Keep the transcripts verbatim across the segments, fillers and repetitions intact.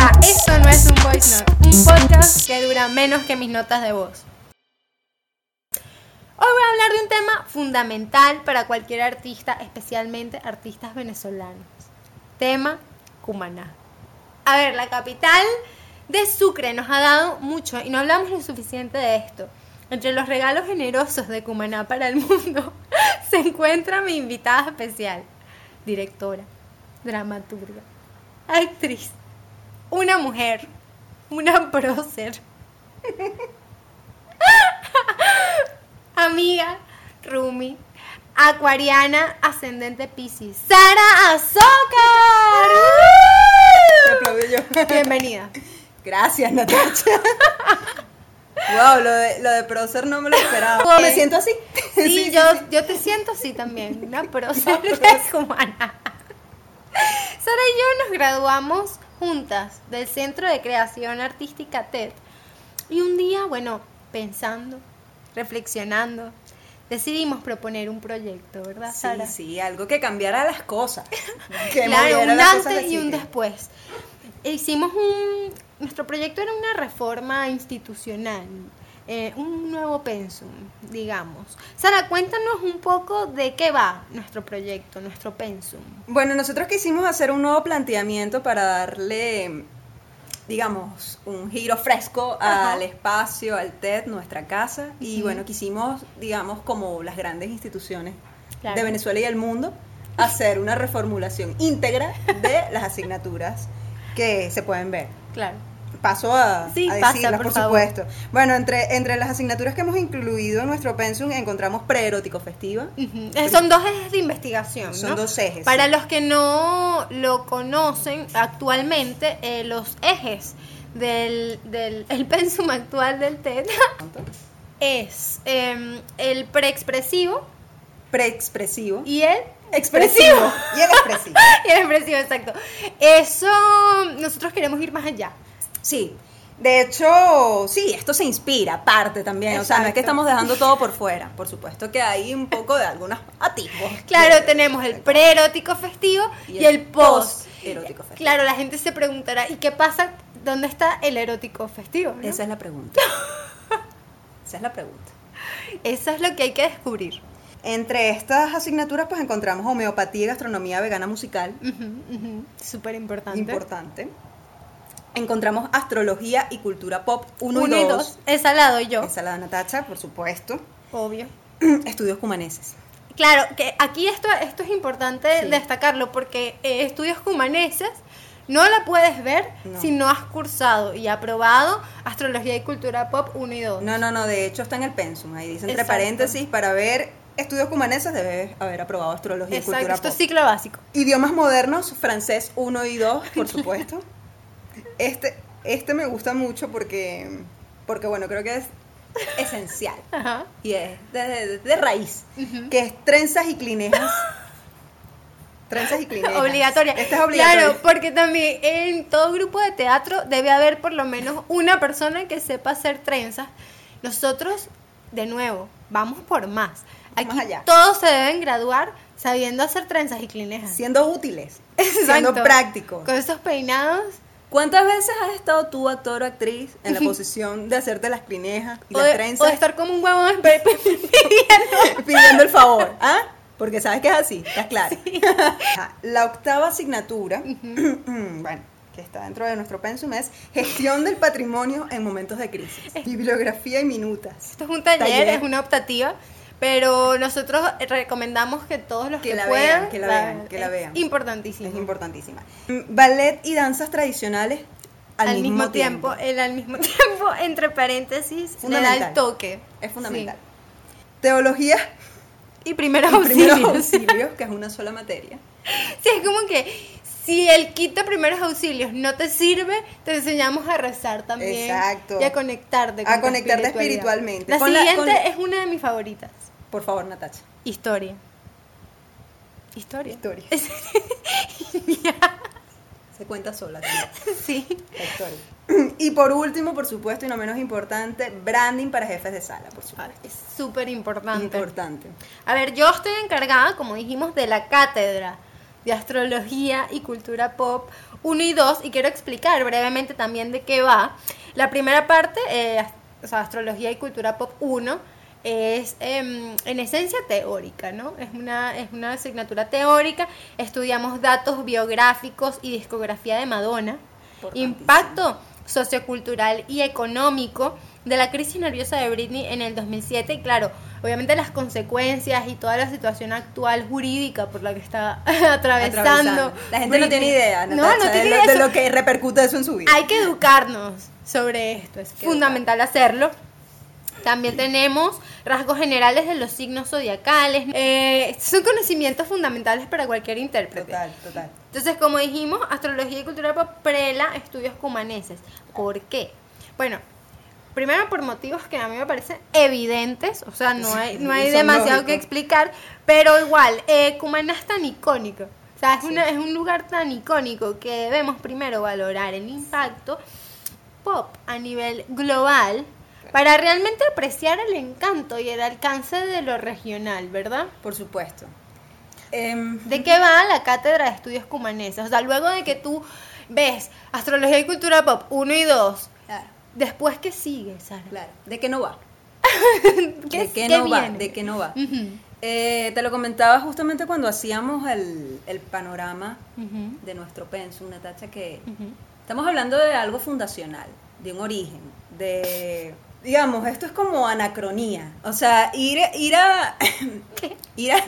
Hola, esto no es un voice note, un podcast que dura menos que mis notas de voz. Hoy voy a hablar de un tema fundamental para cualquier artista, especialmente artistas venezolanos. Tema Cumaná. A ver, la capital de Sucre nos ha dado mucho y no hablamos lo suficiente de esto. Entre los regalos generosos de Cumaná para el mundo se encuentra mi invitada especial, directora, dramaturga, actriz, una mujer, una prócer, amiga, roomie, acuariana, ascendente Piscis, Sara Azócar. Te aplaudí yo. Bienvenida. Gracias, Natacha. Wow, lo de, lo de prócer no me lo esperaba. Okay. ¿Me siento así? Sí, sí, yo, sí, sí. yo te siento así también, una prócer Una de prócer. Cumaná. Sara y yo nos graduamos juntas del Centro de Creación Artística T E D. Y un día, bueno, pensando, reflexionando, decidimos proponer un proyecto, ¿verdad, Sara? Sí, sí, algo que cambiara las cosas. Que Claro, moviera un las cosas antes del y un sitio. después. Hicimos un... Nuestro proyecto era una reforma institucional, eh, un nuevo pensum, digamos. Sara, cuéntanos un poco de qué va nuestro proyecto, nuestro pensum. Bueno, nosotros quisimos hacer un nuevo planteamiento para darle, digamos, un giro fresco Ajá. al espacio, al T E D, nuestra casa. Y Ujú. bueno, quisimos, digamos, como las grandes instituciones Claro. de Venezuela y el mundo, hacer una reformulación íntegra de las asignaturas que se pueden ver. Claro. Paso a, Sí, a pasa, decirlas, por por, favor. supuesto. Bueno, entre, entre las asignaturas que hemos incluido en nuestro pensum encontramos preerótico festiva. Ujú. Eh, Son dos ejes de investigación, Son ¿no? dos ejes, Para sí. los que no lo conocen, actualmente eh, los ejes del, del el pensum actual del T E D es eh, el preexpresivo Preexpresivo. y el Expresivo. Y el expresivo. y el expresivo, exacto. Eso, nosotros queremos ir más allá. Sí. De hecho, sí, esto se inspira, parte también. O sea, no es que Exacto. estamos dejando todo por fuera. Por supuesto que hay un poco de algunos atisbos. Claro, de- tenemos el preerótico festivo y, el post. post-erótico festivo. Claro, la gente se preguntará, ¿y qué pasa? ¿Dónde está el erótico festivo? ¿no? Esa es la pregunta. Esa es la pregunta. Eso es lo que hay que descubrir. Entre estas asignaturas, pues encontramos homeopatía y gastronomía vegana musical. Ujú, ujú. Súper importante. Importante. Encontramos astrología y cultura pop uno, Uno y dos. Esa la doy yo, Esa la da Natacha, por supuesto. obvio. Estudios cumaneses. Claro, que aquí esto, esto es importante Sí. destacarlo porque eh, estudios cumaneses no la puedes ver No. si no has cursado y aprobado astrología y cultura pop uno y dos. No, no, no, de hecho está en el pensum. Ahí dice entre Exacto. paréntesis, para ver estudios cumaneses debes haber aprobado astrología y Exacto, cultura esto pop. es ciclo básico. Idiomas modernos, francés uno y dos, por supuesto. Este, este me gusta mucho porque, porque bueno, creo que es esencial. Ajá. Y es de, de- de raíz, Ujú. que es trenzas y clinejas. Trenzas y clinejas. Obligatoria. Este es obligatorio. Claro, porque también en todo grupo de teatro debe haber por lo menos una persona que sepa hacer trenzas. Nosotros, de nuevo, vamos por más. Aquí Más allá. todos se deben graduar sabiendo hacer trenzas y clinejas. Siendo útiles, Exacto. siendo prácticos. Con esos peinados. ¿Cuántas veces has estado tú, actor o actriz, en la posición de hacerte las clinejas y O las de, o trenzas de estar como un huevón pidiendo. pidiendo el favor? ¿Ah? Porque sabes que es así, ¿estás claro? Ajá. La octava asignatura, bueno, que está dentro de nuestro pensum, es gestión del patrimonio en momentos de crisis. Bibliografía y minutas. Esto es un taller, Taller. es una optativa. Pero nosotros recomendamos que todos los que, Que la puedan vean, que la vean, que la es vean. Importantísimo. Es importantísima. Ballet y danzas tradicionales al, al mismo tiempo, el al mismo tiempo, entre paréntesis, le da Fundamental. el toque. Es fundamental. Teología Sí. Y primeros y primeros auxilios. auxilios, que es una sola materia. Sí, es como que si el kit de primeros auxilios no te sirve, te enseñamos a rezar también. Exacto. Y a conectarte A con tu conectarte espiritualidad. espiritualmente. La Con la- siguiente con- es una de mis favoritas. Por favor, Natacha. Historia. Historia. Historia. Ya. Se cuenta sola. También. Sí. La historia. Y por último, por supuesto, y no menos importante, branding para jefes de sala, por Ah, supuesto. es súper importante. Importante. A ver, yo estoy encargada, como dijimos, de la cátedra de astrología y cultura pop uno y dos, y quiero explicar brevemente también de qué va. La primera parte, eh, o sea, Astrología y Cultura Pop uno, es eh, en esencia teórica, ¿no? Es una, es una asignatura teórica. Estudiamos datos biográficos y discografía de Madonna, impacto sociocultural y económico de la crisis nerviosa de Britney en el dos mil siete, y claro, obviamente las consecuencias y toda la situación actual jurídica por la que está atravesando. atravesando. La gente Britney. No tiene idea, no, no tiene de, idea lo, de lo que repercute eso en su vida. Hay que educarnos sobre esto, es que fundamental educar. hacerlo. También tenemos rasgos generales de los signos zodiacales. Eh, son conocimientos fundamentales para cualquier intérprete. Total, total. Entonces, como dijimos, Astrología y Cultura Pop prela estudios cumaneses. ¿Por qué? Bueno, primero por motivos que a mí me parecen evidentes, o sea, no hay, no hay demasiado lógicos. que explicar, pero igual, eh, Cumaná es tan icónico. O sea, es, sí. una, es un lugar tan icónico que debemos primero valorar el impacto pop a nivel global, para realmente apreciar el encanto y el alcance de lo regional, ¿verdad? Por supuesto. Um, ¿De qué va la Cátedra de Estudios Cumaneses? O sea, luego de que tú ves Astrología y Cultura Pop uno y dos, claro. ¿Después qué sigue, Sara? Claro, ¿de qué no va? ¿Qué, ¿De qué, qué no viene? va? ¿De qué no va? Uh-huh. eh, te lo comentaba justamente cuando hacíamos el, el panorama uh-huh. de nuestro pensum, Natacha, que uh-huh. estamos hablando de algo fundacional, de un origen, de... Digamos, esto es como anacronía. O sea, ir, ir a... ir a...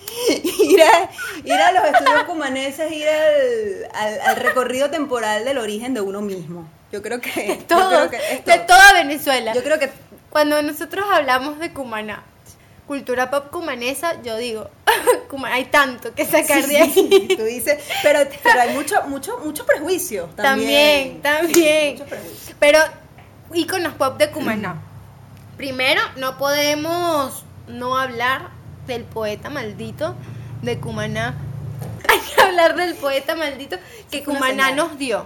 Ir a, ir a los estudios cumaneses, ir al, al, al recorrido temporal del origen de uno mismo. Yo creo que... De, todo, yo creo que es de toda Venezuela. Yo creo que... Cuando nosotros hablamos de Cumaná, cultura pop cumanesa, yo digo, hay tanto que sacar sí, de ahí. Sí, tú dices, pero, pero hay mucho, mucho, mucho prejuicio también. También, también. Sí, mucho prejuicio. Pero... íconos pop de Cumaná. Primero, no podemos no hablar del poeta maldito de Cumaná. Hay que hablar del poeta maldito que Cumaná nos dio.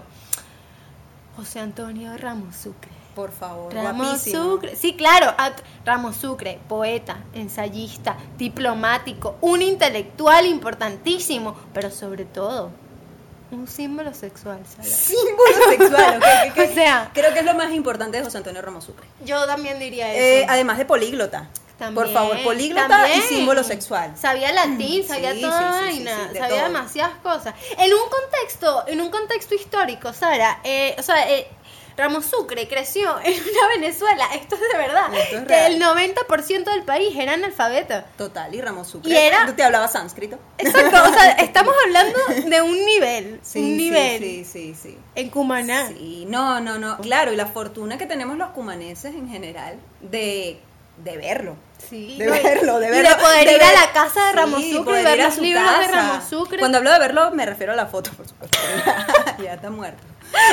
José Antonio Ramos Sucre. Por favor, Ramos guapísimo. Sucre. Sí, claro, Ramos Sucre, poeta, ensayista, diplomático, un intelectual importantísimo, pero sobre todo un símbolo sexual, ¿sabes? Símbolo sexual, okay, que, que, o sea, creo que es lo más importante de José Antonio Ramos Sucre. Yo también diría eso. Eh, además de políglota. También, por favor, políglota también. Y símbolo sexual. Sabía latín, sabía sí, toda sí, sí, vaina, sí, sí, de sabía todo. demasiadas cosas. En un contexto, en un contexto histórico, Sara, eh, o sea, eh, Ramos Sucre creció en una Venezuela, esto es de verdad, esto es que real. El noventa por ciento del país era analfabeto. Total, y Ramos Sucre, y era, ¿tú te hablabas sánscrito? Exacto, o sea, estamos hablando de un nivel, sí, un nivel. Sí, sí, sí, sí. En Cumaná. Sí, no, no, no, claro, y la fortuna que tenemos los cumaneses en general de, de verlo. Sí, de verlo, de verlo. Y de poder de ir ver, a la casa de Ramos sí, Sucre y ver los libros casa. de Ramos Sucre. Cuando hablo de verlo me refiero a la foto, por supuesto. Ya está muerto.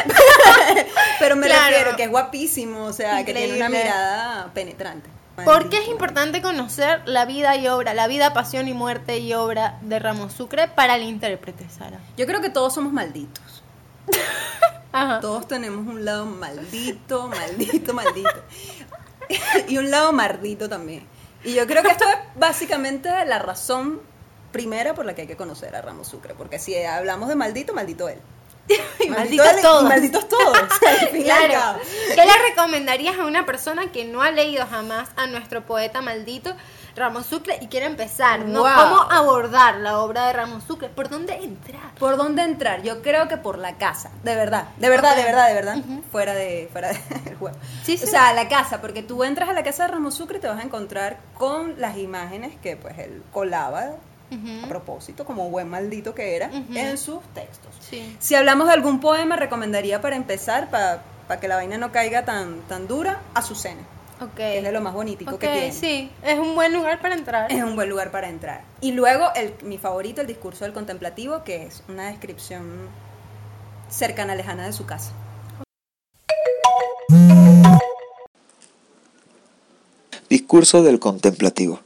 Pero me claro. refiero que es guapísimo, o sea, Increíble. Que tiene una mirada penetrante. ¿Por qué es importante conocer la vida y obra, la vida, pasión y muerte y obra de Ramos Sucre para el intérprete, Sara? Yo creo que todos somos malditos. Ajá. Todos tenemos un lado maldito, maldito, maldito. Y un lado mardito también. Y yo creo que esto es básicamente la razón primera por la que hay que conocer a Ramos Sucre. Porque si hablamos de maldito, maldito él. Y malditos todos. Y malditos todos. Al fin claro. y al cabo. ¿Qué le recomendarías a una persona que no ha leído jamás a nuestro poeta maldito Ramos Sucre y quiere empezar? ¿No? Wow. ¿Cómo abordar la obra de Ramos Sucre? ¿Por dónde entrar? ¿Por dónde entrar? Yo creo que por la casa. De verdad, de verdad, okay. de verdad, de verdad. Uh-huh. Fuera de fuera del juego. Sí, sí. O sea, la casa, porque tú entras a la casa de Ramos Sucre y te vas a encontrar con las imágenes que pues él colaba. Uh-huh. A propósito, como buen maldito que era, uh-huh. en sus textos. Sí. Si hablamos de algún poema, recomendaría para empezar, para pa que la vaina no caiga tan, tan dura, Azucena. Okay. Que es de lo más bonitico okay, que tiene. Sí, es un buen lugar para entrar. Es un buen lugar para entrar. Y luego, el, mi favorito, el discurso del contemplativo, que es una descripción cercana, lejana de su casa. Discurso del contemplativo.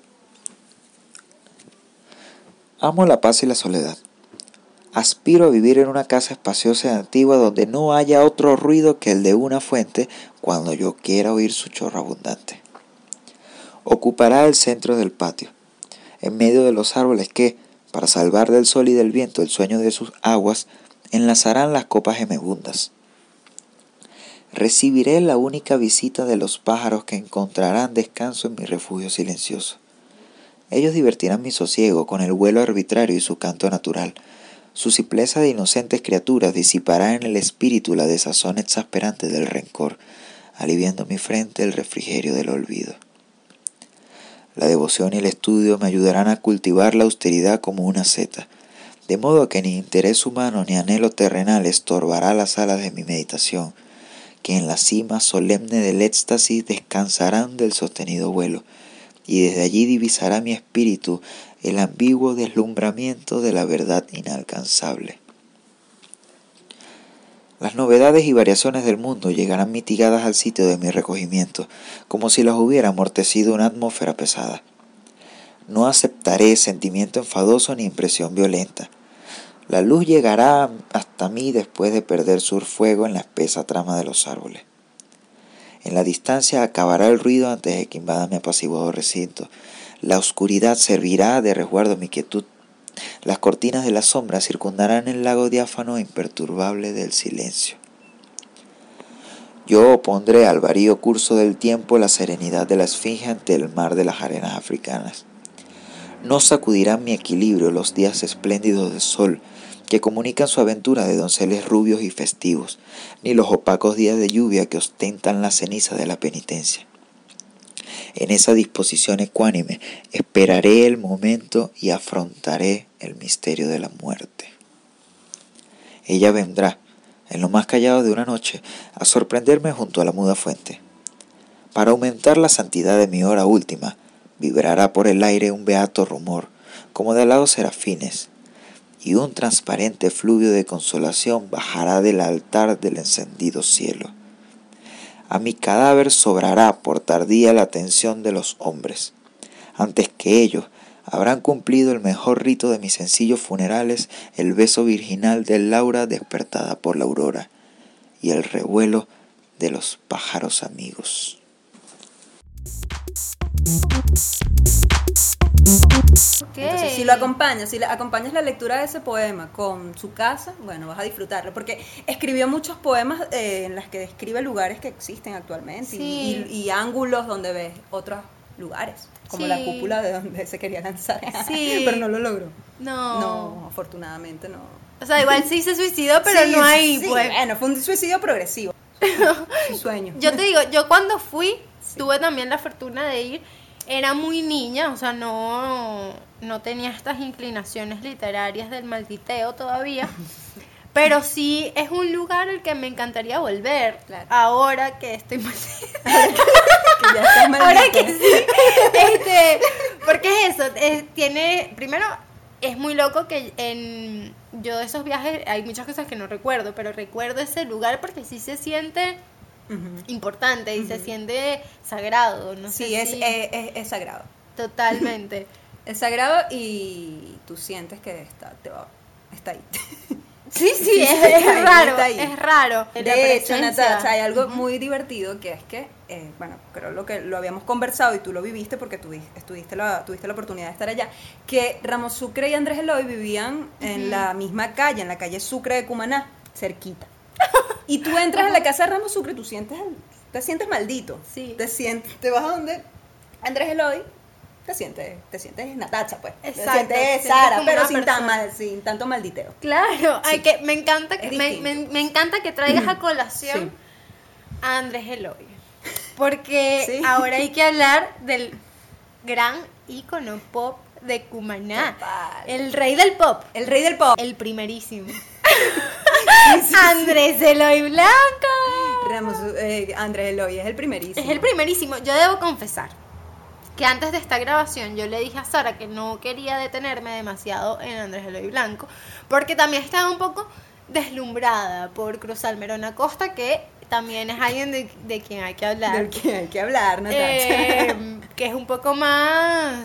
Amo la paz y la soledad. Aspiro a vivir en una casa espaciosa y antigua donde no haya otro ruido que el de una fuente cuando yo quiera oír su chorro abundante. Ocupará el centro del patio, en medio de los árboles que, para salvar del sol y del viento el sueño de sus aguas, enlazarán las copas gemebundas. Recibiré la única visita de los pájaros que encontrarán descanso en mi refugio silencioso. Ellos divertirán mi sosiego con el vuelo arbitrario y su canto natural. Su simpleza de inocentes criaturas disipará en el espíritu la desazón exasperante del rencor, aliviando mi frente el refrigerio del olvido. La devoción y el estudio me ayudarán a cultivar la austeridad como una seta, de modo que ni interés humano ni anhelo terrenal estorbará las alas de mi meditación, que en la cima solemne del éxtasis descansarán del sostenido vuelo, y desde allí divisará mi espíritu el ambiguo deslumbramiento de la verdad inalcanzable. Las novedades y variaciones del mundo llegarán mitigadas al sitio de mi recogimiento, como si las hubiera amortecido una atmósfera pesada. No aceptaré sentimiento enfadoso ni impresión violenta. La luz llegará hasta mí después de perder su fuego en la espesa trama de los árboles. En la distancia acabará el ruido antes de que invada mi apaciguado recinto. La oscuridad servirá de resguardo a mi quietud. Las cortinas de la sombra circundarán el lago diáfano e imperturbable del silencio. Yo opondré al varío curso del tiempo la serenidad de la esfinge ante el mar de las arenas africanas. No sacudirán mi equilibrio los días espléndidos de sol que comunican su aventura de donceles rubios y festivos, ni los opacos días de lluvia que ostentan la ceniza de la penitencia. En esa disposición ecuánime esperaré el momento y afrontaré el misterio de la muerte. Ella vendrá, en lo más callado de una noche, a sorprenderme junto a la muda fuente. Para aumentar la santidad de mi hora última, vibrará por el aire un beato rumor, como de alados serafines, y un transparente fluvio de consolación bajará del altar del encendido cielo. A mi cadáver sobrará por tardía la atención de los hombres. Antes que ellos habrán cumplido el mejor rito de mis sencillos funerales, el beso virginal del Laura despertada por la aurora y el revuelo de los pájaros amigos. Okay. Entonces, si lo acompañas, si le acompañas la lectura de ese poema con su casa, bueno, vas a disfrutarlo, porque escribió muchos poemas eh, en los que describe lugares que existen actualmente, sí. y, y, y ángulos donde ves otros lugares, como sí. la cúpula de donde se quería lanzar, sí. pero no lo logró. No. No, afortunadamente no. O sea, igual sí se suicidó, pero sí, no hay, sí, pues. Bueno, fue un suicidio progresivo. Su sueño. Yo te digo, yo cuando fui, sí. tuve también la fortuna de ir. Era muy niña, o sea, no, no tenía estas inclinaciones literarias del malditeo todavía, pero sí es un lugar al que me encantaría volver, claro. Ahora que estoy maldita. Que ya estás maldita. Ahora que sí, este, porque es eso, es, tiene, primero, es muy loco que en yo de esos viajes, hay muchas cosas que no recuerdo, pero recuerdo ese lugar porque sí se siente... Uh-huh. importante y uh-huh. se siente sagrado, no sí, sé es, si... es, es, es sagrado. Totalmente. Es sagrado y tú sientes que está, te va, está ahí. Sí, sí, sí, es, es, es raro, es raro. De hecho, Natacha, hay algo uh-huh. muy divertido que es que, eh, bueno, creo lo que lo habíamos conversado y tú lo viviste porque tuviste, estuviste la, tuviste la oportunidad de estar allá, que Ramos Sucre y Andrés Eloy vivían uh-huh. en la misma calle, en la calle Sucre de Cumaná, cerquita. Y tú entras a la casa de Ramos Sucre y tú sientes, te sientes maldito. Sí. Te sientes, te vas a donde Andrés Eloy, te sientes, te sientes Natacha, pues. Exacto. Te sientes Sara, pero sin, tan mal, sin tanto malditeo. Claro, sí. Ay, que me encanta que me, me, me encanta que traigas a colación sí. a Andrés Eloy. Porque sí. ahora hay que hablar del gran ícono pop de Cumaná. Total. El rey del pop. El rey del pop. El primerísimo. Sí, sí, Andrés sí. Eloy Blanco. Ramos, eh, Andrés Eloy es el primerísimo. Es el primerísimo. Yo debo confesar que antes de esta grabación yo le dije a Sara que no quería detenerme demasiado en Andrés Eloy Blanco, porque también estaba un poco deslumbrada por Cruz Almerón Acosta, que también es alguien de, de quien hay que hablar. De quien hay que hablar, Natacha. Eh, que es un poco más...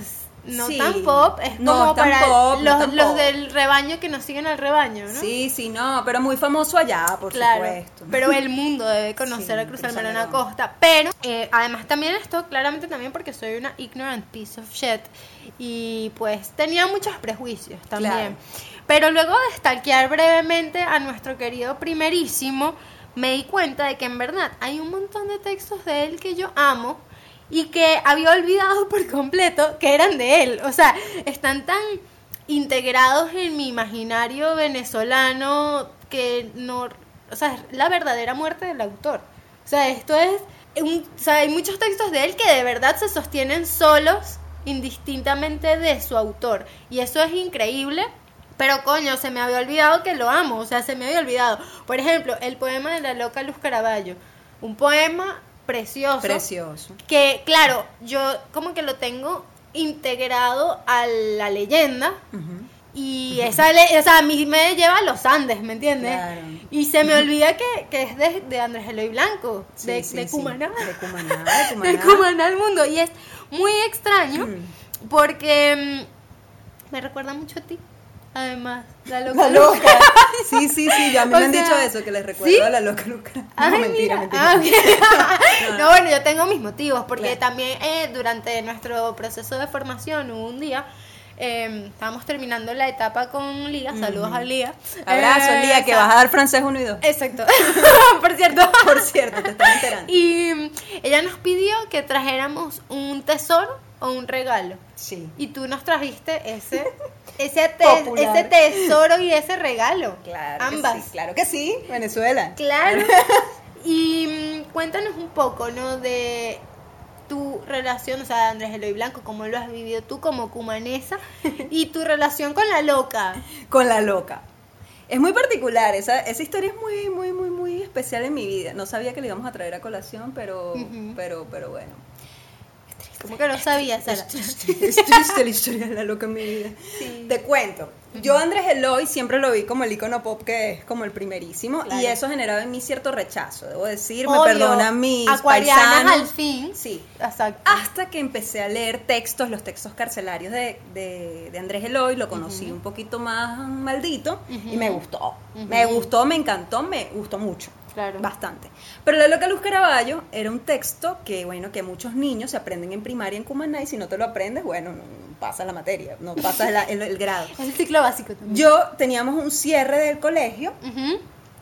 no Sí. tan pop, es No, como es tan para pop, no los, tan los pop. del rebaño que nos siguen al rebaño, ¿no? Sí, sí, no, pero muy famoso allá, por Claro, supuesto. pero el mundo debe conocer Sí, a Cruz Cruz Almerón Almerón. Acosta. Pero eh, además también esto, claramente también porque soy una ignorant piece of shit y pues tenía muchos prejuicios también. Claro. Pero luego de stalkear brevemente a nuestro querido primerísimo, me di cuenta de que en verdad hay un montón de textos de él que yo amo y que había olvidado por completo que eran de él. O sea, están tan integrados en mi imaginario venezolano que no, o sea, es la verdadera muerte del autor. O sea, esto es un, o sea, hay muchos textos de él que de verdad se sostienen solos, indistintamente de su autor, y eso es increíble. Pero coño, se me había olvidado que lo amo, o sea, se me había olvidado. Por ejemplo, el poema de la loca Luz Caraballo, un poema precioso. Precioso. Que, claro, yo como que lo tengo integrado a la leyenda. Ujú. Y esa le o sea, a mí me lleva a los Andes, ¿me entiendes? Claro. Y se me olvida que, que es de, de Andrés Eloy Blanco, Sí, de, sí, de sí. Cumaná. De Cumaná, de Cumaná. De Cumaná al mundo. Y es muy extraño Mm. porque mm, me recuerda mucho a ti. Además, la loca. La loca. Sí, sí, sí, ya a mí O me han sea, dicho eso, que les recuerdo ¿sí? a la loca Luca. No, Ay, mentira, mira. mentira. Ah, ok. No, No, bueno, yo tengo mis motivos, porque Claro. también eh, durante nuestro proceso de formación hubo un día, eh, estábamos terminando la etapa con Lía, saludos a Lía. Abrazo, Eh, Lía, que esa- vas a dar francés uno y dos. Exacto, por cierto. Por cierto, te estás enterando. Y mm, ella nos pidió que trajéramos un tesoro o un regalo. Sí. Y tú nos trajiste ese, ese, te- Popular. ese tesoro y ese regalo. Claro. Ambas. Que sí, claro que sí, Venezuela. Claro. Y mm, cuéntanos un poco, ¿no? De tu relación, o sea, de Andrés Eloy Blanco, cómo lo has vivido tú como cumanesa y tu relación con la loca. Con la loca. Es muy particular, esa, esa historia es muy, muy, muy, muy especial en mi vida. No sabía que le íbamos a traer a colación, pero, Ujú. pero, pero bueno. ¿Cómo que no sabías, Sara? Es triste, es triste la historia de la loca en mi vida. Sí. Te cuento. Yo a Andrés Eloy siempre lo vi como el icono pop que es como el primerísimo Claro. y eso generaba en mí cierto rechazo, debo decir, me Obvio, perdonan mis acuarianas paisanos. al fin. Sí. Exacto. Hasta que empecé a leer textos, los textos carcelarios de, de, de Andrés Eloy, lo conocí un poquito más maldito y Ujú. me gustó. Ujú. Me gustó, me encantó, me gustó mucho. Claro. Bastante. Pero La loca Luz Caraballo era un texto que, bueno, que muchos niños se aprenden en primaria en Cumaná y si no te lo aprendes, bueno, no pasas la materia, no pasas la- el, el grado. Es el ciclo básico también. Yo teníamos un cierre del colegio Ujú.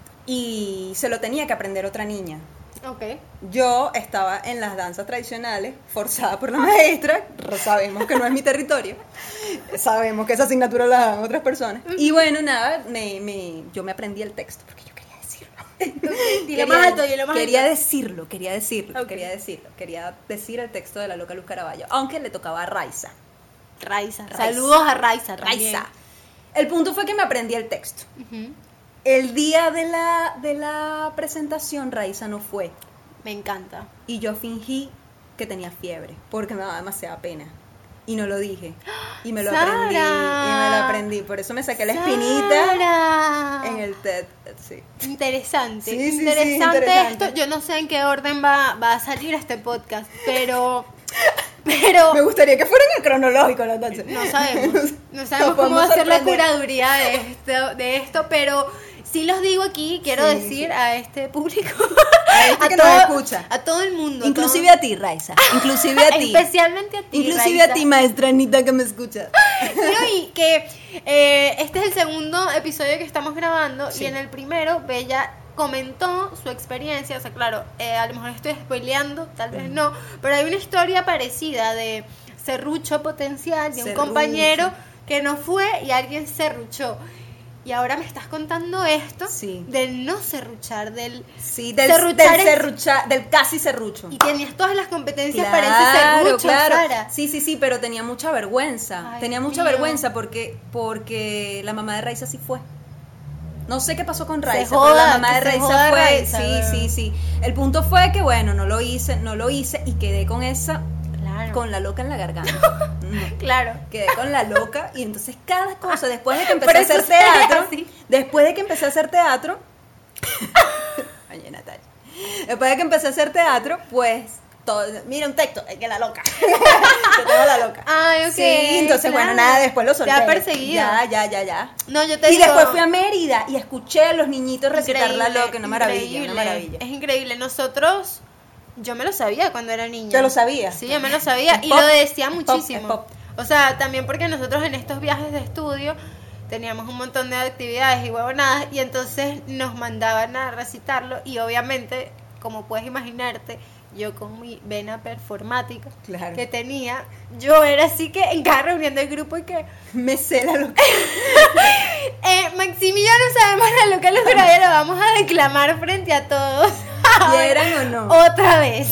y se lo tenía que aprender otra niña. Ok. Yo estaba en las danzas tradicionales, forzada por la maestra, sabemos que no es mi territorio, sabemos que esa asignatura la dan otras personas. Y bueno, nada, me, me- yo me aprendí el texto porque yo quería decirlo. Dilo más alto, dilo más quería alto. decirlo, quería decirlo, Ok. quería decirlo, quería decir el texto de la loca Luz Caraballo, aunque le tocaba a Raiza. Raiza. Raiza. Saludos a Raiza. también. Raiza. El punto fue que me aprendí el texto. Ujú. El día de la, de la presentación, Raiza no fue. Me encanta. Y yo fingí que tenía fiebre, porque me daba demasiada pena. Y no lo dije. Y me lo ¡Sara! aprendí. Y me lo aprendí. Por eso me saqué la espinita Sara. en el TED. Sí. Interesante, Sí, sí, sí, interesante, interesante. esto. Yo no sé en qué orden va, va a salir este podcast, pero, pero Me gustaría que fuera en el cronológico, ¿no? Entonces. no sabemos, no Nos sabemos cómo podemos va a ser la sorprender. curaduría de esto, de esto, pero sí los digo aquí, quiero Sí, decir sí. a este público, A este que nos escucha. a todo el mundo, Inclusive todo- a ti, Raiza. Inclusive a ti. especialmente a ti, Inclusive Raiza. a ti, maestra Anita, que me escuchas. No, y que eh, este es el segundo episodio que estamos grabando Sí. y en el primero Bella comentó su experiencia, o sea, claro, eh, a lo mejor estoy spoileando, tal vez no, pero hay una historia parecida de serrucho potencial de un Serrucho. compañero que no fue y alguien serruchó. Y ahora me estás contando esto Sí. del no serruchar, del Sí, del, serruchar del, es- serrucha- del casi serrucho. y tenías todas las competencias para ese serrucho, Sara. Sí, sí, sí, pero tenía mucha vergüenza. Ay, tenía mucha mío. vergüenza porque, porque la mamá de Raiza sí fue. No sé qué pasó con Raiza, joda, pero la mamá que de se Raiza joda fue. Raiza, sí, weón. sí, sí. El punto fue que, bueno, no lo hice, no lo hice y quedé con esa, Claro. con la loca en la garganta. Mm. Claro. Quedé con la loca y entonces cada cosa, después de que Por empecé a eso hacer se ve teatro, así. después de que empecé a hacer teatro, oye Natalia, después de que empecé a hacer teatro, pues, todo, mira un texto, es que la loca, yo tengo la loca. Ay, ok. Sí, entonces, claro. bueno, nada, después lo solté. Te ha perseguido. Ya, ya, ya, ya. No, yo te y digo, después fui a Mérida y escuché a los niñitos recitar la increíble, loca, una maravilla, increíble. una maravilla. Es increíble. Nosotros, yo me lo sabía cuando era niña. ¿Ya lo sabía? Sí, yo me lo sabía Es y pop, lo decía es pop, muchísimo. es pop. O sea, también porque nosotros en estos viajes de estudio teníamos un montón de actividades y huevonadas y entonces nos mandaban a recitarlo y obviamente, como puedes imaginarte, yo con mi vena performática Claro. que tenía, yo era así que en cada reunión del grupo y que Me sé la loca. eh, Maxim y yo no sabemos la loca Luz, lo vamos a declamar frente a todos. ¿Quieran o no? Otra vez.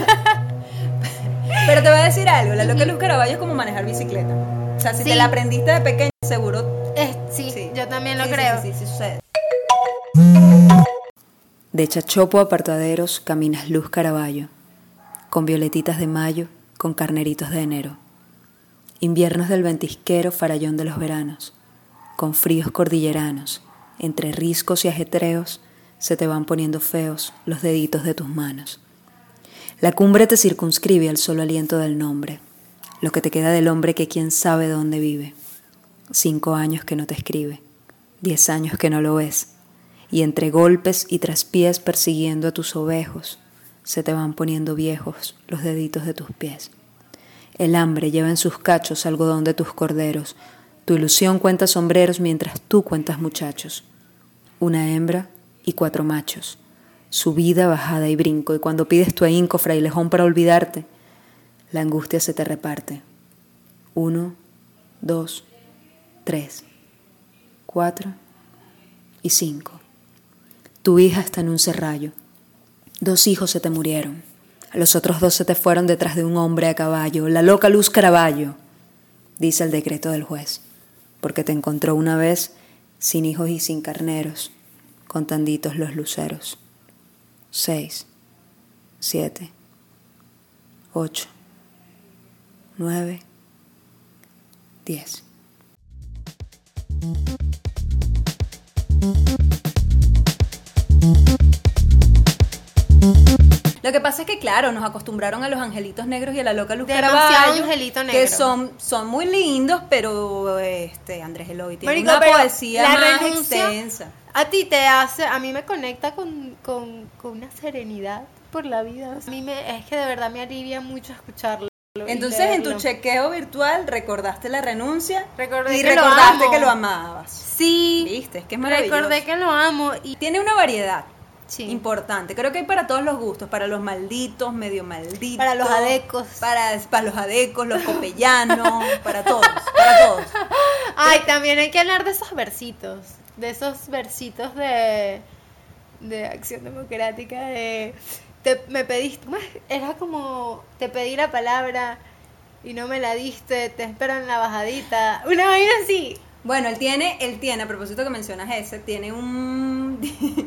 Pero te voy a decir algo, la loca Luz Caraballo es como manejar bicicleta. O sea, si Sí. te la aprendiste de pequeño, seguro. Eh, sí, Sí. yo también lo Sí, sí, creo. Sí, sí, sí, sucede. De Chachopo a Partaderos caminas Luz Caraballo, con violetitas de mayo, con carneritos de enero. Inviernos del ventisquero, farallón de los veranos, con fríos cordilleranos, entre riscos y ajetreos, se te van poniendo feos los deditos de tus manos. La cumbre te circunscribe al solo aliento del nombre, lo que te queda del hombre que quién sabe dónde vive. Cinco años que no te escribe, diez años que no lo ves, y entre golpes y traspiés persiguiendo a tus ovejos, se te van poniendo viejos los deditos de tus pies. El hambre lleva en sus cachos algodón de tus corderos, tu ilusión cuenta sombreros mientras tú cuentas muchachos. Una hembra y cuatro machos, subida, bajada y brinco, y cuando pides tu ahínco, frailejón, para olvidarte, la angustia se te reparte. Uno, dos, tres, cuatro y cinco. Tu hija está en un serrallo. Dos hijos se te murieron. Los otros dos se te fueron detrás de un hombre a caballo. La loca Luz Caraballo, dice el decreto del juez, porque te encontró una vez sin hijos y sin carneros, contanditos los luceros. Seis, siete, ocho, nueve, diez. Lo que pasa es que, claro, nos acostumbraron a los angelitos negros y a la loca Luz Demasiado Caraballo, angelito negro. que son, son muy lindos, pero este Andrés Eloy tiene Marico, una pero poesía la más renuncia extensa. A ti te hace, a mí me conecta con, con, con una serenidad por la vida. A mí me, es que de verdad me alivia mucho escucharlo. y Entonces, en tu leerlo. chequeo virtual recordaste la renuncia Recordé y que lo recordaste amo. que lo amabas. Sí, Viste, es que es maravilloso. recordé que lo amo y Tiene una variedad sí. importante. Creo que hay para todos los gustos, para los malditos, medio malditos, Para los adecos. para, para los adecos, los copellanos, para todos, para todos. Ay, también hay que hablar de esos versitos, de esos versitos de, de Acción Democrática, de te, me pediste, ¿cómo es? Era como, te pedí la palabra y no me la diste, te espero en la bajadita, una vaina así. Bueno, él tiene, él tiene, a propósito que mencionas ese, tiene un...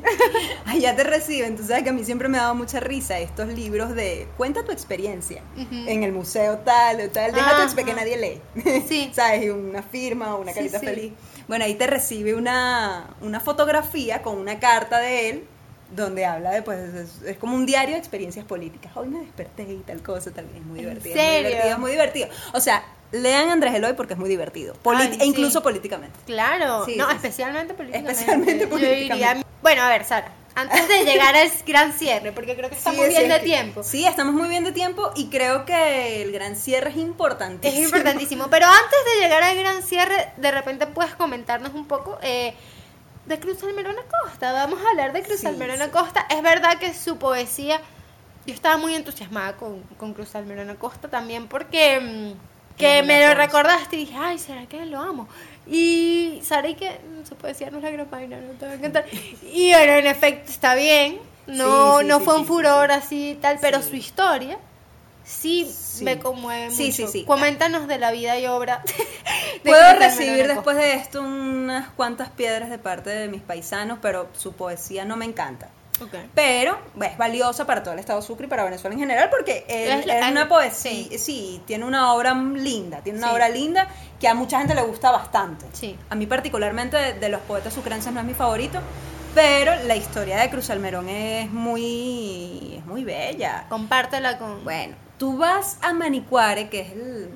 Allá te reciben, tú sabes que a mí siempre me ha dado mucha risa estos libros de cuenta tu experiencia Ujú. en el museo tal o tal, deja tu Ajá. experiencia que nadie lee, Sí. ¿sabes? Y una firma o una Sí, carita sí. feliz. Bueno, ahí te recibe una, una fotografía con una carta de él donde habla de, pues, es, es como un diario de experiencias políticas. Hoy me desperté y tal cosa, tal, es muy ¿En divertido, serio? es muy divertido, es muy divertido. O sea, lean Andrés Eloy porque es muy divertido, Poli- Ay, e incluso sí. políticamente. Claro, Sí, no, sí, sí. especialmente políticamente. Especialmente Yo políticamente. diría- bueno, a ver, Sara, antes de llegar al gran cierre, porque creo que estamos Sí, bien sí, de es que- tiempo. Sí, estamos muy bien de tiempo y creo que el gran cierre es Es importantísimo. importantísimo. Pero antes de llegar al gran cierre, de repente puedes comentarnos un poco eh, de Cruz Almerón Acosta. Vamos a hablar de Cruz Sí, Almerón sí. Acosta. Es verdad que su poesía, yo estaba muy entusiasmada con, con Cruz Almerón Acosta también porque mm, que Es me una lo cosa. recordaste y dije, ay, ¿será que lo amo? Y Sara, y que mm, su poesía no es la gran vaina, no te va a encantar. Y bueno, en efecto, está bien. No, Sí, sí, no sí, fue sí, un sí, furor sí. así y tal, pero Sí. su historia sí, Sí. me conmueve Sí, mucho. sí, sí. Coméntanos de la vida y obra. de Puedo Cruz recibir Almerón después de esto unas cuantas piedras de parte de mis paisanos, pero su poesía no me encanta. Acosta. Ok. Pero bueno, es valiosa para todo el estado Sucre y para Venezuela en general porque él, Es la- es una el- poesía, sí. sí. tiene una obra linda, tiene una Sí. obra linda que a mucha gente le gusta bastante. Sí. A mí particularmente de, de los poetas sucrenses no es mi favorito, pero la historia de Cruz Almerón es muy, es muy bella. Compártela con. Bueno, tú vas a Manicuare, que es el,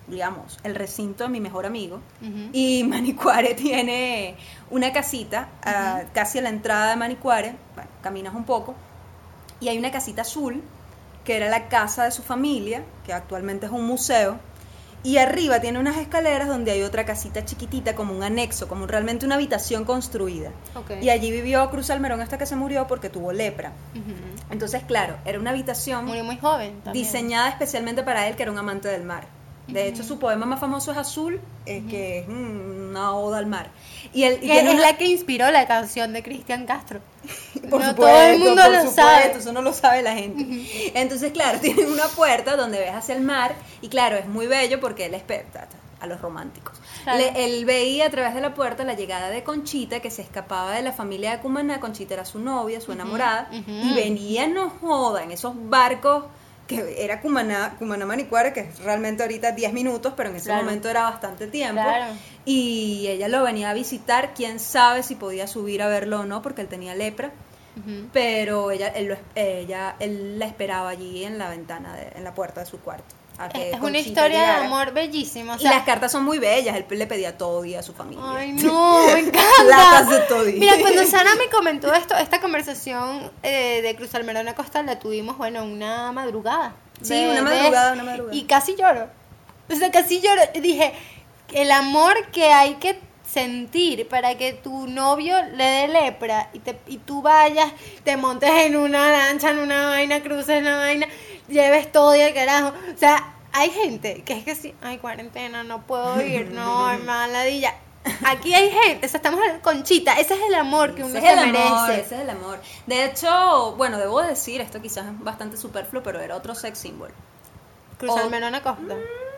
digamos, el recinto de mi mejor amigo. Ujú. Y Manicuare tiene una casita, uh, casi a la entrada de Manicuare, bueno, caminas un poco, y hay una casita azul, que era la casa de su familia, que actualmente es un museo, y arriba tiene unas escaleras donde hay otra casita chiquitita, como un anexo, como realmente una habitación construida. Ok. Y allí vivió Cruz Almerón hasta que se murió porque tuvo lepra. Ujú. Entonces, claro, era una habitación Murió muy joven también. diseñada especialmente para él, que era un amante del mar. De hecho, su poema más famoso es Azul, eh, que es mm, una oda al mar. Y él y Que tiene es una- la que inspiró la canción de Cristian Castro. Por No supuesto, todo el mundo por lo supuesto, sabe. eso no lo sabe la gente. Entonces, claro, tienen una puerta donde ves hacia el mar y claro, es muy bello porque él espera a los románticos. Claro. Le- él veía a través de la puerta la llegada de Conchita, que se escapaba de la familia de Cumaná. Conchita era su novia, su enamorada, ujú. y venía, no joda, en esos barcos que era Cumaná, Cumaná Manicuare, que es realmente ahorita diez minutos, pero en ese Claro. momento era bastante tiempo. Claro. Y ella lo venía a visitar, quién sabe si podía subir a verlo o no, porque él tenía lepra. Ujú. Pero ella, él, lo- ella, él la esperaba allí en la ventana, de- en la puerta de su cuarto. a que Es una Conchita historia de llegara. amor bellísima. O Y sea, las cartas son muy bellas, él le pedía todo día a su familia. ay, no, me encanta. Latas de toddy. Mira, cuando Sara me comentó esto, esta conversación eh, de Cruz Almerón Acosta la tuvimos, bueno, una madrugada. Sí, una madrugada, una madrugada. Y casi lloro. O sea, casi lloro. Dije, el amor que hay que sentir para que tu novio le dé lepra y, te, y tú vayas, te montes en una lancha, en una vaina, cruces la vaina, lleves todo y al carajo. O sea, hay gente que es que sí, ay, cuarentena, no puedo ir, no, maladilla. Aquí hay gente, o sea, estamos hablando- Conchita, ese es el amor que uno Ese es se el merece. amor, ese es el amor. De hecho, bueno, debo decir, esto quizás es bastante superfluo, pero era otro sex symbol. Cruz O- Almerón Acosta.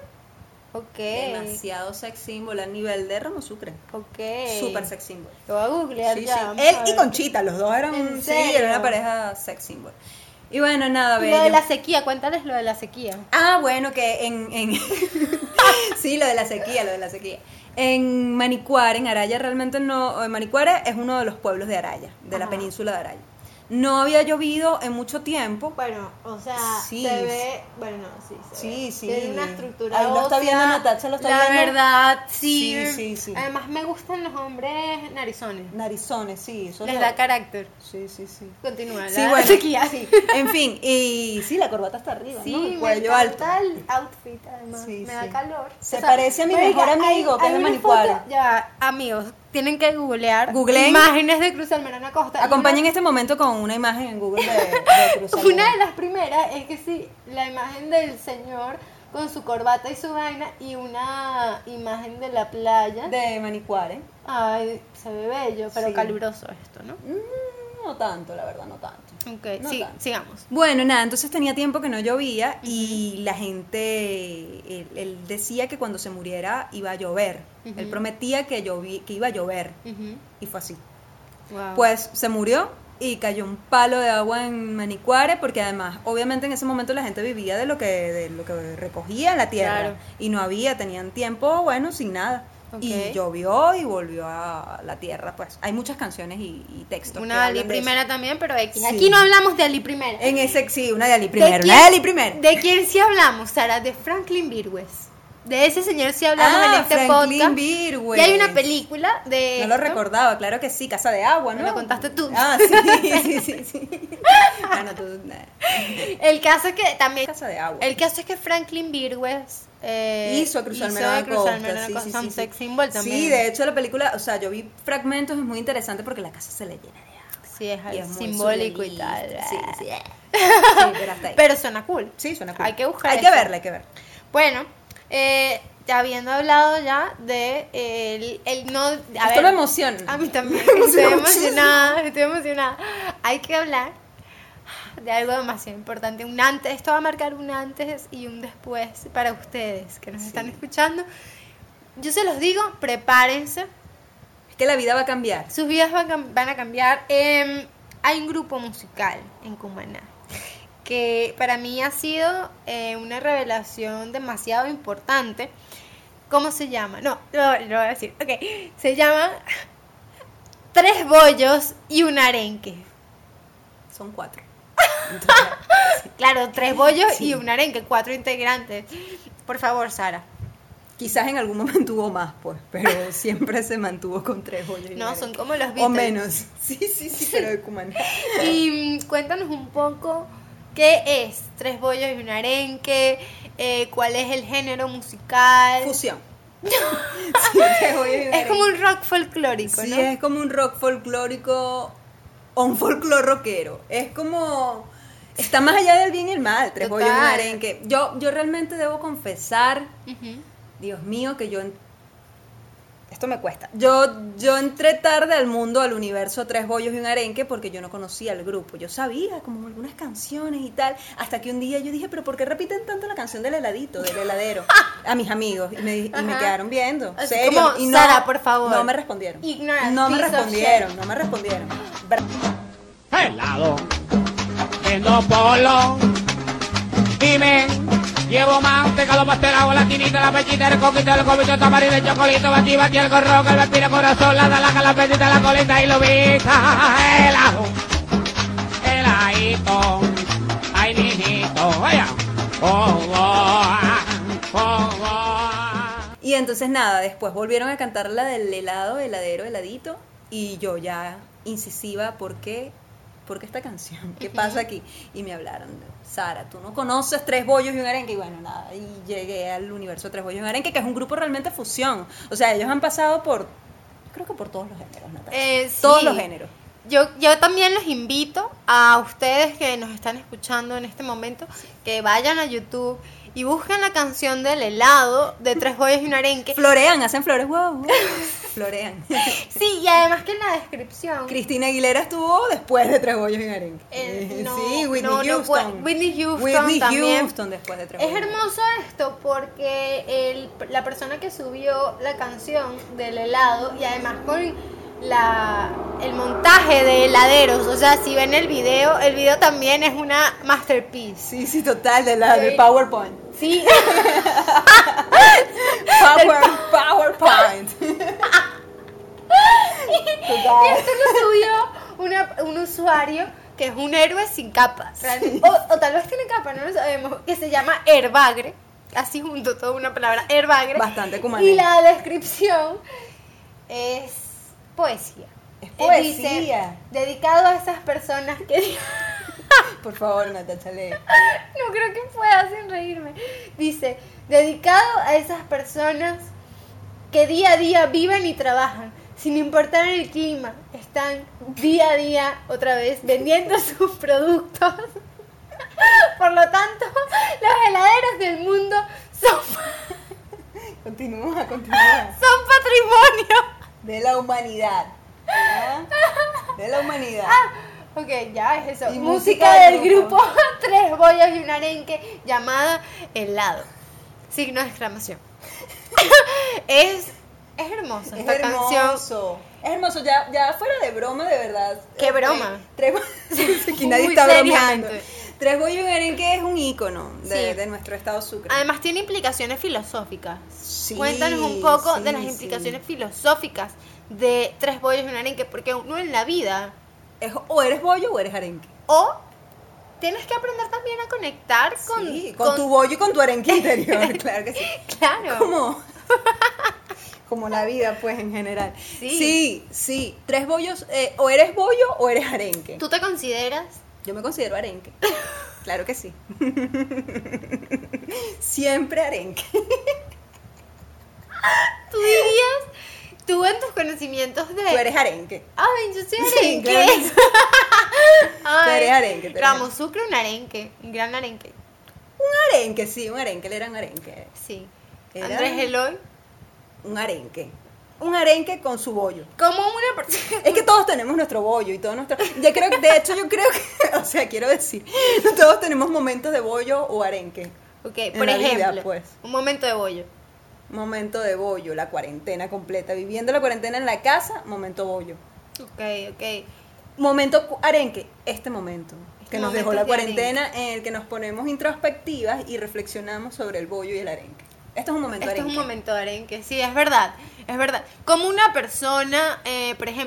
Ok. Demasiado sex symbol a nivel de Ramo Sucre. Ok. Super sex symbol. Lo voy a googlear Sí, ya. sí. vamos Él a y ver. Conchita, los dos eran, ¿En sí, serio? era una pareja sex symbol. Y bueno, nada, Y bello. lo de la sequía, cuéntales lo de la sequía. Ah, bueno, que en... en sí, lo de la sequía, lo de la sequía. En Manicuare, en Araya, realmente no... en Manicuare es uno de los pueblos de Araya, de la Ajá. península de Araya. No había llovido en mucho tiempo. Bueno, o sea, Sí. se ve, bueno, no, sí, se Sí, ve. sí. Tiene una estructura Ahí lo está ósea, viendo Natacha, lo está la viendo. verdad, sí. Sí, sí, sí. Además me gustan los hombres narizones. Narizones, sí. Eso Les lo- da carácter. Sí, sí, sí. Continúa. Sí, la bueno, sequía. sí. En fin, y sí, la corbata está arriba, Sí, ¿no? El me cuello alto. encanta el outfit, además. Sí, me sí. da calor. Se parece a mi mejor amigo, que es de una Manicuare. foto- Ya, amigos, tienen que googlear Googleen. imágenes de Cruz Almerón Acosta. Acompañen Una- este momento con una imagen en Google de, de Cruz Almerón. Una de las primeras es que sí, la imagen del señor con su corbata y su vaina y una imagen de la playa. De Manicuare. Ay, se ve bello, pero Sí. caluroso esto, ¿no? Mm, no tanto, la verdad, no tanto. Ok, No sí, tanto. sigamos. Bueno, nada, entonces tenía tiempo que no llovía y la gente, él, él decía que cuando se muriera iba a llover. Ujú. Él prometía que, lloví, que iba a llover Ujú. y fue así. Wow. Pues se murió y cayó un palo de agua en Manicuare porque además, obviamente en ese momento la gente vivía de lo que, de lo que recogía en la tierra Claro. y no había, tenían tiempo, bueno, sin nada. Ok. Y llovió y volvió a la tierra, pues hay muchas canciones y, y textos. que Una Ali hablan de eso. primera también, pero X. Sí. Aquí no hablamos de Ali primera. En ese, sí, una de Ali ¿De primero, quién- una de Ali primero. ¿De quién sí hablamos, Sara? De Franklin Virgües. De ese señor sí hablamos Ah, en este Franklin podcast. Virgües. Y hay una película de No lo esto. recordaba, claro que sí, Casa de Agua, ¿no? Me lo contaste tú. Ah, sí, sí, sí, sí. Bueno, tú, eh, El caso es que también Casa de Agua. el caso es que Franklin Virgües eh, hizo a Cruz hizo Almerón a Cruz Acosta, Almerón sí, Acosta, sí, un sí, sex sí. symbol también. Sí, de hecho la película, o sea, yo vi fragmentos, es muy interesante porque la casa se le llena de agua. Sí, es, Y algo muy simbólico y tal. surrealista. Sí, sí. Sí, pero hasta ahí. Pero suena cool. Sí, suena cool. Hay que buscar Hay eso. que verla, hay que ver. Bueno, eh, ya habiendo hablado ya de eh, el, el no... A Esto ver, me emociona. A mí también. Me Estoy emociona emocionada, estoy emocionada. Hay que hablar de algo demasiado importante. Un antes, esto va a marcar un antes y un después para ustedes que nos Sí. están escuchando. Yo se los digo, prepárense. Es que la vida va a cambiar. Sus vidas van, cam- van a cambiar. Eh, hay un grupo musical en Cumaná que para mí ha sido eh, una revelación demasiado importante. ¿Cómo se llama? No, no, lo voy a decir. Ok, se llama Tres Bollos y un Arenque. Son cuatro. Claro, tres bollos Sí. y un arenque, cuatro integrantes. Por favor, Sara. Quizás en algún momento hubo más, pues, pero siempre se mantuvo con tres bollos y un No, arenque. son como los Beatles. O menos. Sí, sí, sí, pero de Cumaná. Y mm, cuéntanos un poco qué es tres bollos y un arenque, eh, cuál es el género musical. Fusión. Sí, tres bollos y un Es arenque. como un rock folclórico, Sí, ¿no? es como un rock folclórico o un folclor rockero. Es como... Está más allá del bien y el mal, tres bollos y un Total. arenque. Yo, yo realmente debo confesar, Ujú. Dios mío, que yo... en- Esto me cuesta. Yo, yo entré tarde al mundo, al universo Tres Bollos y un Arenque, porque yo no conocía al grupo. Yo sabía como algunas canciones y tal, hasta que un día yo dije, pero ¿por qué repiten tanto la canción del heladito, del heladero? A mis amigos, y me, y me Ajá. quedaron viendo, Así serio. como, y no, Sara, por favor. No me respondieron. Ignora, No me piece of respondieron, shit. no me respondieron. helado, vendo polo y me llevo manteca, los pastelados, la tinita, la pechita, el coquito, el cobito, el tamarín, el chocolito, batí, batí, el gorroco, el vampiro corazón, la dalaca, la petita, la colita y lo vista, helado, heladito, ay, mijito, vaya, oh, oh, oh, oh. Y entonces nada, después volvieron a cantar la del helado, heladero, heladito, y yo ya incisiva, ¿por qué? ¿Por qué esta canción? ¿Qué pasa aquí? Y me hablaron de, Sara, tú no conoces Tres Bollos y un Arenque, y bueno, nada, y llegué al universo Tres Bollos y un Arenque, que es un grupo realmente fusión, o sea, ellos han pasado por, creo que por todos los géneros, Natalia. Eh, sí. Todos los géneros. Yo, yo también los invito a ustedes que nos están escuchando en este momento que vayan a YouTube y busquen la canción del helado de Tres Bollos y un Arenque. Florean, hacen flores, wow, wow. Florean. Sí, y además que en la descripción. Cristina Aguilera estuvo después de Tres Bollos y un Arenque. Eh, no, sí, Whitney no, no Houston. puede- Whitney Houston Whitney también. Houston después de Tres Es Bollos y un Arenque. hermoso esto porque el, la persona que subió la canción del helado y además con la, el montaje de heladeros, o sea, si ven el video, el video también es una masterpiece. Sí, sí, total, de la de Sí. PowerPoint. Sí, Power, PowerPoint. y esto lo subió una- un usuario que es un héroe sin capa, realmente. o, o tal vez tiene capa, no lo sabemos, que se llama Herbagre, así junto toda una palabra, Herbagre. Bastante cumané. Y la descripción es poesía. Es Eh, poesía. dice, dedicado a esas personas que... Por favor, Natacha, lee. No creo que pueda sin reírme. Dice, dedicado a esas personas que día a día viven y trabajan, sin importar el clima, están día a día otra vez vendiendo sus productos. Por lo tanto, los heladeros del mundo son, Continúa, continúa. son patrimonio. De la humanidad. ¿Ah? De la humanidad. Ok, ya es eso. Y Música, música del del grupo. grupo Tres Bollos y un Arenque llamada Helado. Signo de exclamación. es, es hermosa Es esta canción. hermoso. Es hermoso, ya, ya fuera de broma, de verdad. ¿Qué Eh, broma? Tres Aquí nadie Muy está bromeando. seriamente. Tres Bollos y un Arenque es un ícono de, Sí. de nuestro estado Sucre. Además tiene implicaciones filosóficas. Sí, Cuéntanos un poco sí, de las sí. implicaciones filosóficas de Tres Bollos y un Arenque, porque uno en la vida Es, o eres bollo o eres arenque. o tienes que aprender también a conectar con, Sí, con, tu bollo y con tu arenque interior, claro que sí. Claro. Como, como la vida, pues, en general. Sí. Sí, sí. Tres bollos, eh, o eres bollo o eres arenque. ¿Tú te consideras? Yo me considero arenque. Claro que sí. Siempre arenque. ¿Tú dirías, tú en tus conocimientos de... Tú eres arenque. Ay, yo soy Sí, arenque. claro que sí. Ay, Tú eres arenque, tú eres Ramos Sucre, un arenque, un gran arenque. Un arenque, sí, un arenque. Él era un arenque. Sí. Era- Andrés Eloy, Un arenque. Un arenque con su bollo. como una persona... Es que todos tenemos nuestro bollo y todo nuestro... Ya creo que, de hecho, yo creo que... O sea, quiero decir, todos tenemos momentos de bollo o arenque. Ok, En por la vida, ejemplo, pues. un momento de bollo. Momento de bollo, la cuarentena completa. Viviendo la cuarentena en la casa, momento bollo. Ok, ok. Momento cu- arenque, este momento. Que nos dejó la Momentos de cuarentena en el que nos ponemos introspectivas y reflexionamos sobre el bollo y el arenque. Esto es un momento Esto es arenque. un momento de arenque, sí, es verdad, es verdad. Como una persona, eh, por ejemplo,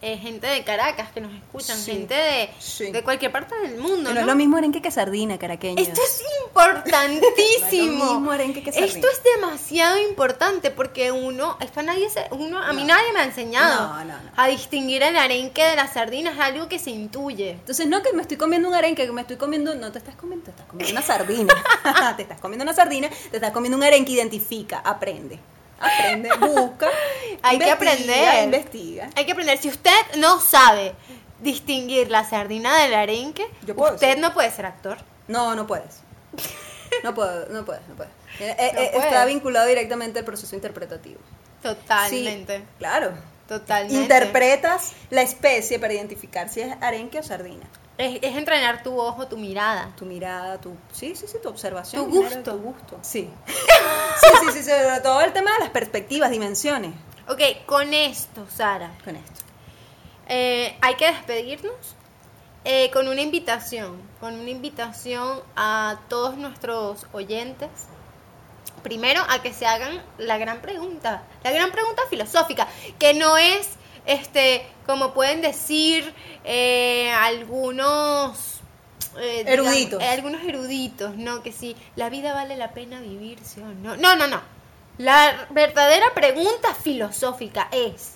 eh, gente de Caracas que nos escuchan, Sí, gente de, sí. de cualquier parte del mundo, No, ¿no? es lo mismo arenque que sardina, caraqueños. Esto es importantísimo. No es lo mismo arenque que Esto sardina. es demasiado importante porque uno, esto a nadie se, uno, a mí nadie me ha enseñado No, no, no. a distinguir el arenque de la sardina, es algo que se intuye. Entonces, no que me estoy comiendo un arenque, que me estoy comiendo, no te estás comiendo, te estás comiendo una sardina. Te estás comiendo una sardina, te estás comiendo un arenque, identifica, aprende. Aprende, busca. Hay que investiga, aprender. Investiga. Hay que aprender. Si usted no sabe distinguir la sardina del arenque, Yo puedo usted decir. no puede ser actor. No, no puedes. No puedo, no puedes, no puedes. Eh, eh, No eh, puedes. Está vinculado directamente al proceso interpretativo. Totalmente. Sí, claro. Totalmente. Interpretas la especie para identificar si es arenque o sardina. Es, es entrenar tu ojo, tu mirada. Tu mirada, tu... Sí, sí, sí, tu observación. Tu primero, gusto. Tu gusto. Sí. Sí, sí, sí, sobre todo el tema de las perspectivas, dimensiones. Ok, con esto, Sara, Con esto. eh, hay que despedirnos eh, con una invitación, con una invitación a todos nuestros oyentes. Primero, a que se hagan la gran pregunta, la gran pregunta filosófica, que no es, este, como pueden decir eh, algunos eh, digamos, Eruditos. eh, algunos eruditos, ¿no? Que si la vida vale la pena vivir, ¿sí o no? No, no, no. La verdadera pregunta filosófica es: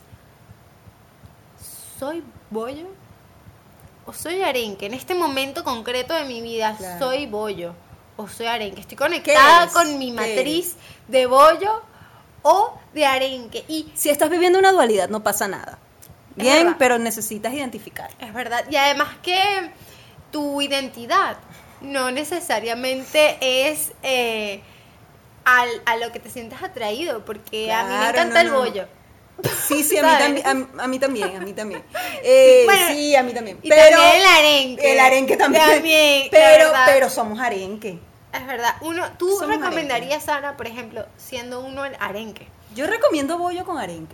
¿soy bollo o soy arenque? En este momento concreto de mi vida, Claro. ¿soy bollo o soy arenque? Estoy conectada eres? con mi ¿Qué matriz de bollo o de arenque. Y Si estás viviendo una dualidad, no pasa nada. Es Bien, verdad. pero necesitas identificar. es verdad. Y además que tu identidad no necesariamente es eh, al, a lo que te sientas atraído, porque a mí me Claro, encanta no, el no. bollo. Sí, sí, a mí, ¿Sabes? también, a, a mí también, a mí también. Eh, Bueno, sí, a mí también. y Pero también el arenque. El arenque también. También, la pero, verdad. pero somos arenque. Es verdad. Uno, ¿tú Somos recomendarías, Sara, por ejemplo, siendo uno el arenque? Yo recomiendo bollo con arenque.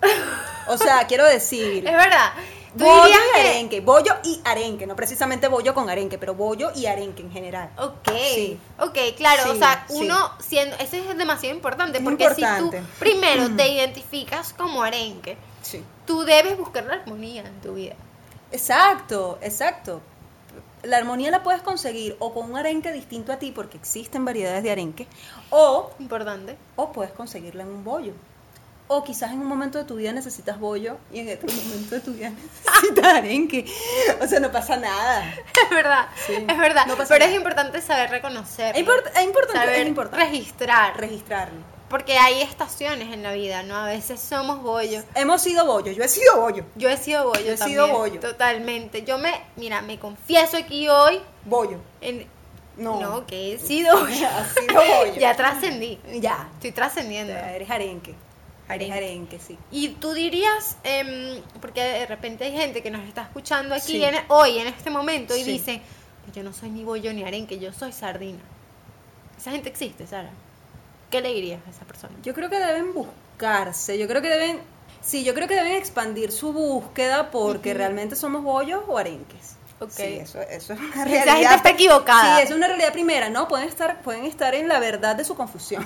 O sea, quiero decir, Es verdad. ¿Tú bollo dirías y que- arenque, bollo y arenque, no precisamente bollo con arenque, pero bollo y arenque en general. Ok, Sí. ok, claro, Sí, o sea, sí. uno siendo, eso es demasiado importante, Es porque importante. si tú primero te identificas como arenque, Sí. tú debes buscar la armonía en tu vida. Exacto, exacto. La armonía la puedes conseguir o con un arenque distinto a ti, porque existen variedades de arenque, o, Importante. o puedes conseguirla en un bollo. O quizás en un momento de tu vida necesitas bollo y en otro momento de tu vida necesitas arenque. O sea, no pasa nada. Es verdad, Sí, es verdad. no pasa Pero nada. es importante saber reconocer. Es, import- es importante, saber es importante registrar. registrarlo. Porque hay estaciones en la vida, ¿no? A veces somos bollo. Hemos sido bollo, yo he sido bollo. Yo he sido bollo Yo he también. sido bollo. Totalmente. Yo me, mira, me confieso aquí hoy Bollo. en, No. no, que he sido bollo. Has sido bollo. Ya trascendí. Ya. Estoy trascendiendo. Eres arenque. Eres Arenque. arenque, sí. Y tú dirías, em, porque de repente hay gente que nos está escuchando aquí Sí. en- hoy, en este momento, y Sí. dice, yo no soy ni bollo ni arenque, yo soy sardina. Esa gente existe, Sara. ¿Qué le dirías a esa persona? Yo creo que deben buscarse, yo creo que deben, sí, yo creo que deben expandir su búsqueda porque realmente somos bollos o arenques. Ok. Sí, eso, eso es una Esa realidad. gente está equivocada. Sí, es una realidad primera, ¿no? Pueden estar, pueden estar en la verdad de su confusión.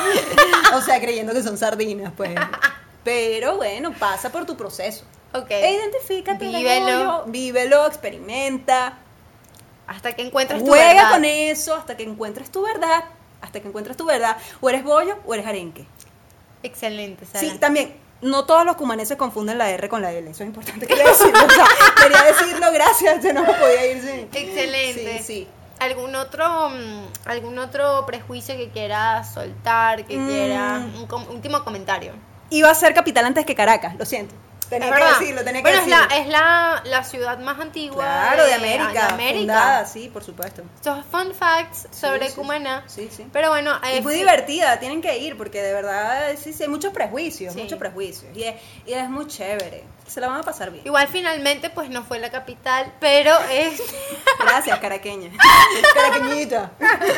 O sea, creyendo que son sardinas, pues. Pero bueno, pasa por tu proceso. Ok. E identifícate, Vívelo. bollo, vívelo, experimenta, Hasta que encuentres tu juega verdad. con eso hasta que encuentres tu verdad, hasta que encuentres tu verdad. O eres bollo o eres arenque. Excelente, Sara. Sí, también, no todos los cumaneses confunden la R con la L, eso es importante, quería decirlo, o sea, quería decirlo, gracias, yo no me podía ir sin... Excelente. Sí, sí. ¿Algún otro, mm, algún otro prejuicio que quieras soltar, que Mm. quieras, un com- último comentario? Iba a ser capital antes que Caracas, lo siento. Tenía Es que verdad. decirlo, tenía que bueno, decirlo. es la, es la, la ciudad más antigua Claro, de América, de América. fundada, sí, por supuesto. Estos fun facts sobre sí, Cumaná. sí, sí. Pero bueno, Y eh, muy sí, divertida, tienen que ir, porque de verdad, sí, sí, hay muchos prejuicios, Sí. muchos prejuicios, y es, y es muy chévere, se la van a pasar bien. igual finalmente pues no fue la capital, pero es Gracias, caraqueña. Caraqueñita.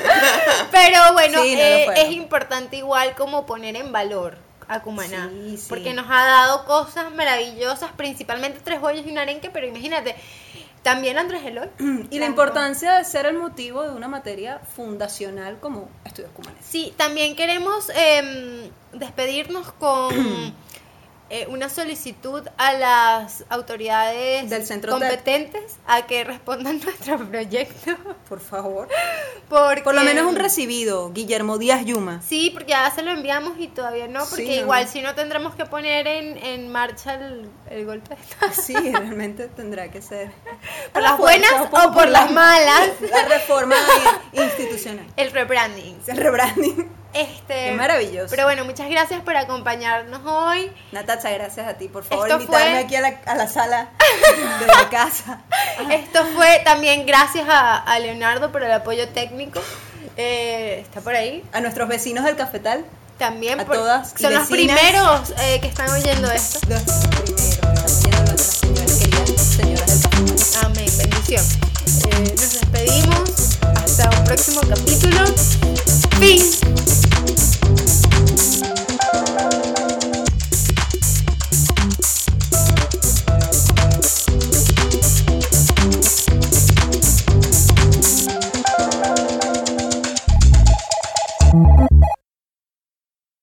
pero bueno, Sí, no lo eh, fue, es no. importante igual como poner en valor a Cumaná, Sí, sí. porque nos ha dado cosas maravillosas, principalmente Tres Bollos y un arenque, pero imagínate, también Andrés Eloy. Y la importancia de ser el motivo de una materia fundacional como estudios cumaneses. Sí, también queremos em, despedirnos con eh, una solicitud a las autoridades Del centro competentes a que respondan nuestro proyecto. Por favor. Porque, Por lo menos un recibido, Guillermo Díaz Yuma. Sí, porque ya se lo enviamos y todavía no, porque Sí, no. igual si no tendremos que poner en, en marcha el, el golpe de Estado. Sí, realmente tendrá que ser. ¿Por las buenas o por las malas? La reforma institucional. El rebranding. El rebranding. Este, Qué maravilloso. Pero bueno, muchas gracias por acompañarnos hoy. Natacha, gracias a ti por favor Esto invitarme fue- aquí a la, a la sala de la casa. Esto fue también gracias a, a Leonardo por el apoyo técnico. Eh, está por ahí. A nuestros vecinos del cafetal. También A por- todas y son los vecinas. primeros eh, que están oyendo esto. Los primeros. Están yendo nuestras señoras, queridas señoras del cafetal. Amén, bendición. Eh, nos despedimos hasta un próximo capítulo.